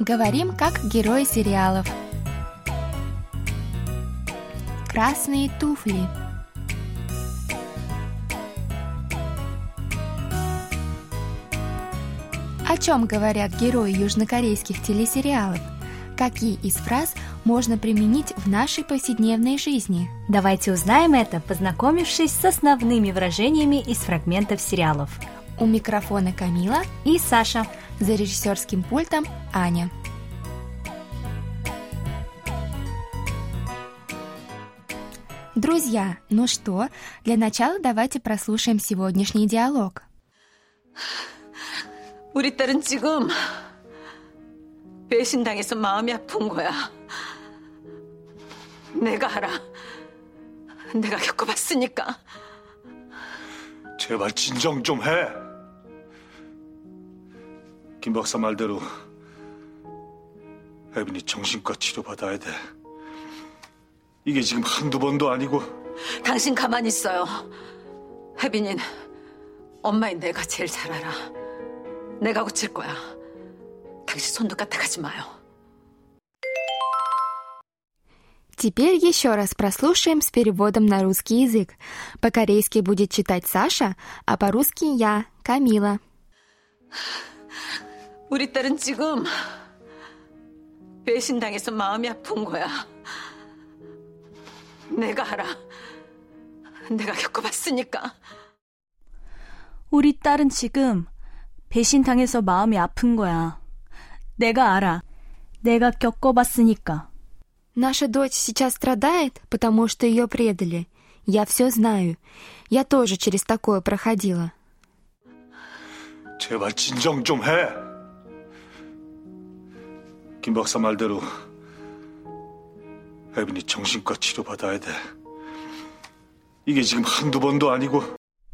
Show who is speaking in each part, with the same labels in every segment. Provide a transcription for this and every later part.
Speaker 1: Говорим как герои сериалов. Красные туфли. О чем говорят герои южнокорейских телесериалов? Какие из фраз можно применить в нашей повседневной жизни?
Speaker 2: Давайте узнаем это, познакомившись с основными выражениями из фрагментов сериалов.
Speaker 1: У микрофона Камила
Speaker 2: и Саша.
Speaker 1: За режиссерским пультом Аня. Друзья, ну что, для начала давайте прослушаем сегодняшний диалог.
Speaker 3: 우리 딸은 지금 배신당해서 마음이 아픈 거야. 내가 알아. 내가 겪어봤으니까.
Speaker 4: 제발 진정 좀 해. 김 박사 말대로 혜빈이 정신과 치료받아야 돼. 이게 지금 한두 번도 아니고.
Speaker 3: 당신 가만히 있어요. 혜빈인 엄마인 내가 제일 잘 알아. 내가 고칠 거야. 당신 손도 까딱하지 마요.
Speaker 1: Теперь еще раз прослушаем с переводом на русский язык. По-корейски будет читать Саша, а по-русски я, Камила.
Speaker 3: 우리 딸은 지금 배신당해서 마음이 아픈 거야. 내가 알아. 내가 겪어봤으니까.
Speaker 2: 우리 딸은 지금 배신당해서 마음이 아픈 거야. 내가 알아. 내가 겪어봤으니까.
Speaker 1: Наша дочь сейчас страдает, потому что ее предали. Я все знаю. Я тоже через такое проходила.
Speaker 4: 제발 진정 좀 해. 김 박사 말대로 혜빈이 정신과 치료받아야 돼. 이게 지금 한두 번도 아니고.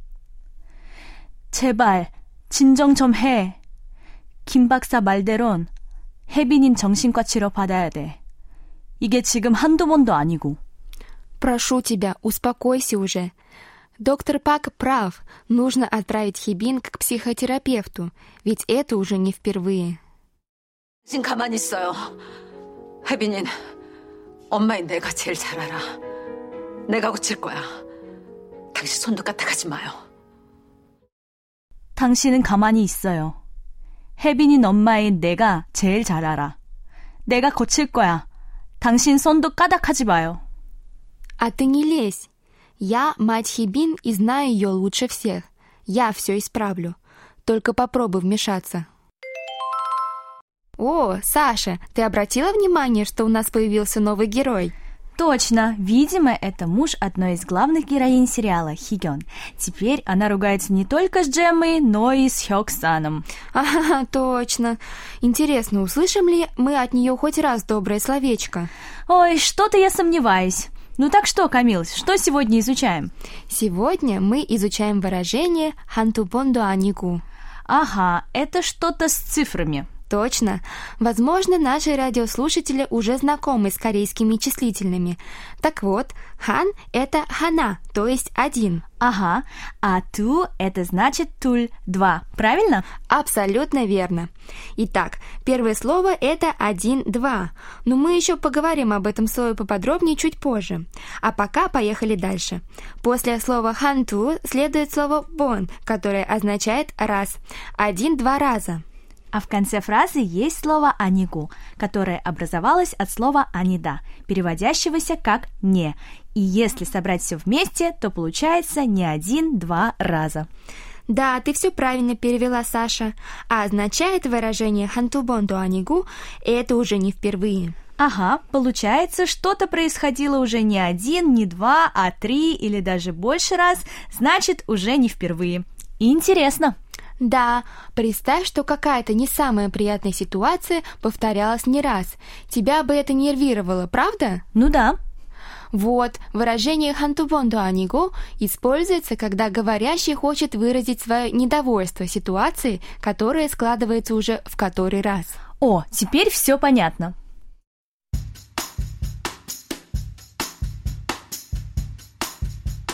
Speaker 2: 제발 진정 좀 해. 김 박사 말대론 혜빈인 정신과 치료 받아야 돼. 이게 지금 한두 번도 아니고.
Speaker 1: Прошу тебя, успокойся уже. Доктор Пак прав. Нужно отправить Хибин к психотерапевту, ведь это уже не впервые.
Speaker 3: 당신 가만히 있어요. 혜빈인 엄마인 내가 제일 잘 알아. 내가 고칠 거야. 당신 손도 까딱하지 마요.
Speaker 2: 당신은 가만히 있어요. 혜빈인 엄마인 내가 제일 잘 알아. 내가 고칠 거야. 당신 손도 까딱하지 마요.
Speaker 1: А ты не лезь. Я мать Хибин и знаю ее лучше всех. Я все исправлю. Только попробуй вмешаться. О, Саша, ты обратила внимание, что у нас появился новый герой?
Speaker 2: Точно, видимо, это муж одной из главных героинь сериала, Хигён. Теперь она ругается не только с Джеммой, но и с Хёк-саном.
Speaker 1: Ага, точно. Интересно, услышим ли мы от нее хоть раз доброе словечко?
Speaker 2: Ой, что-то я сомневаюсь. Ну так что, Камил, что сегодня изучаем?
Speaker 1: Сегодня мы изучаем выражение «хантубондо анику».
Speaker 2: Ага, это что-то с цифрами.
Speaker 1: Точно. Возможно, наши радиослушатели уже знакомы с корейскими числительными. Так вот, хан – это хана, то есть один.
Speaker 2: Ага, а ту – это значит туль, два, правильно?
Speaker 1: Абсолютно верно. Итак, первое слово – это 1, 2. Но мы еще поговорим об этом слове поподробнее чуть позже. А пока поехали дальше. После слова ханту следует слово бон, которое означает раз. 1-2 раза.
Speaker 2: А в конце фразы есть слово «анигу», которое образовалось от слова «анида», переводящегося как «не». И если собрать все вместе, то получается не 1-2 раза.
Speaker 1: Да, ты все правильно перевела, Саша. А означает выражение «хантубондо анигу» это уже не впервые.
Speaker 2: Ага, получается, что-то происходило уже не 1, не 2, а 3 или даже больше раз, значит, уже не впервые. Интересно.
Speaker 1: Да, представь, что какая-то не самая приятная ситуация повторялась не раз. Тебя бы это нервировало, правда?
Speaker 2: Ну да.
Speaker 1: Вот, выражение «хантубондо аниго» используется, когда говорящий хочет выразить свое недовольство ситуацией, которая складывается уже в который раз.
Speaker 2: О, теперь все понятно.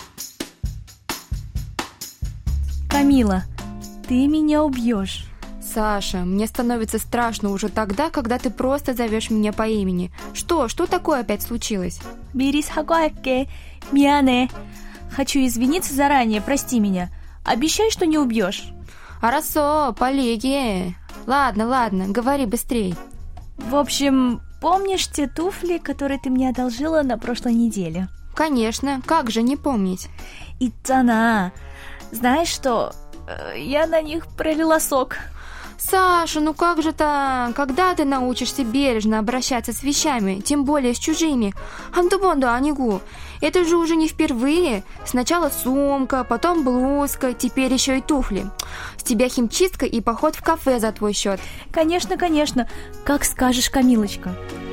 Speaker 2: Камила, ты меня убьешь.
Speaker 1: Саша, мне становится страшно уже тогда, когда ты просто зовешь меня по имени. Что такое опять случилось?
Speaker 2: 미리 사과할게. 미안해. Хочу извиниться заранее, прости меня. Обещай, что не убьешь.
Speaker 1: Арасо, полеги. Ладно, говори быстрей.
Speaker 2: В общем, помнишь те туфли, которые ты мне одолжила на прошлой неделе?
Speaker 1: Конечно, как же не помнить?
Speaker 2: 있잖아. Знаешь что? Я на них пролила сок.
Speaker 1: Саша, ну как же так? Когда ты научишься бережно обращаться с вещами, тем более с чужими? 한두번도 아니고. Это же уже не впервые. Сначала сумка, потом блузка, теперь еще и туфли. С тебя химчистка и поход в кафе за твой счет.
Speaker 2: Конечно. Как скажешь, Камилочка.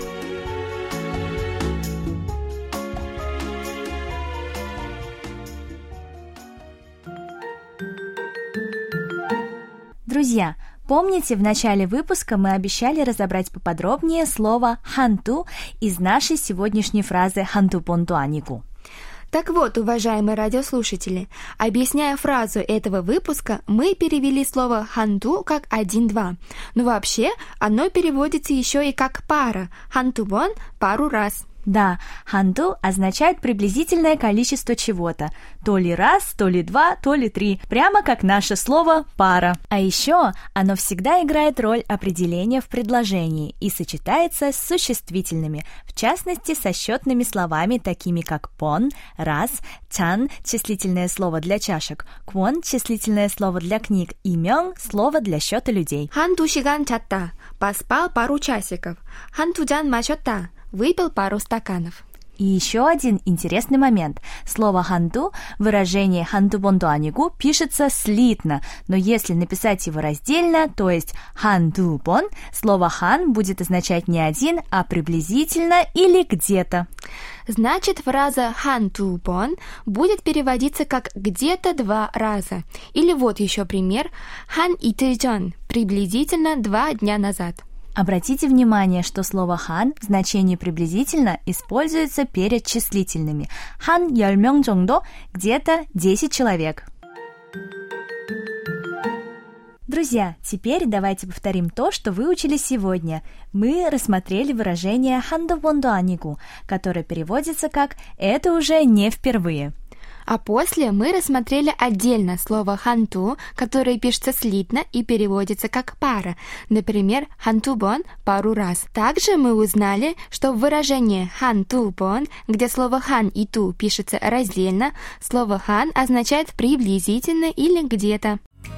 Speaker 2: Друзья, помните, в начале выпуска мы обещали разобрать поподробнее слово «ханту» из нашей сегодняшней фразы «хантубон도 아니고».
Speaker 1: Так вот, уважаемые радиослушатели, объясняя фразу этого выпуска, мы перевели слово «ханту» как 1-2. Но вообще оно переводится еще и как пара. «Хантубон» – пару раз.
Speaker 2: Да, ханту означает приблизительное количество чего-то. То ли раз, то ли два, то ли три. Прямо как наше слово «пара». А еще оно всегда играет роль определения в предложении и сочетается с существительными, в частности, со счетными словами, такими как «пон», «раз», «чан» – числительное слово для чашек, «квон» – числительное слово для книг и «мёng» – слово для счета людей.
Speaker 1: «한 2시간 잤다» – поспал пару часиков. «한 2잔 마셨다» – выпил пару стаканов.
Speaker 2: И еще один интересный момент. Слово «ханту» в выражении «хантубон도 아니고» пишется слитно, но если написать его раздельно, то есть «хантубон», слово «хан» будет означать не один, а приблизительно или где-то.
Speaker 1: Значит, фраза «хантубон» будет переводиться как «где-то 2 раза». Или вот еще пример «한 이틀 전» – приблизительно 2 дня назад.
Speaker 2: Обратите внимание, что слово «한» в значении «приблизительно» используется перед числительными. «한 10명 정도» – где-то 10 человек. Друзья, теперь давайте повторим то, что выучили сегодня. Мы рассмотрели выражение «한두번도 아니고», которое переводится как «это уже не впервые».
Speaker 1: А после мы рассмотрели отдельно слово «ханту», которое пишется слитно и переводится как «пара». Например, «хантубон» – «пару раз». Также мы узнали, что в выражении «хантубон», где слово «хан» и «ту» пишется раздельно, слово «хан» означает «приблизительно» или «где-то».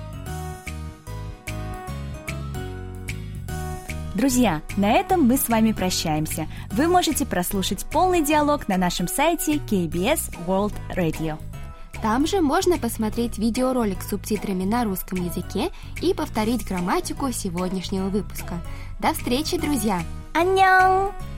Speaker 2: Друзья, на этом мы с вами прощаемся. Вы можете прослушать полный диалог на нашем сайте KBS World Radio.
Speaker 1: Там же можно посмотреть видеоролик с субтитрами на русском языке и повторить грамматику сегодняшнего выпуска. До встречи, друзья!
Speaker 2: 안녕!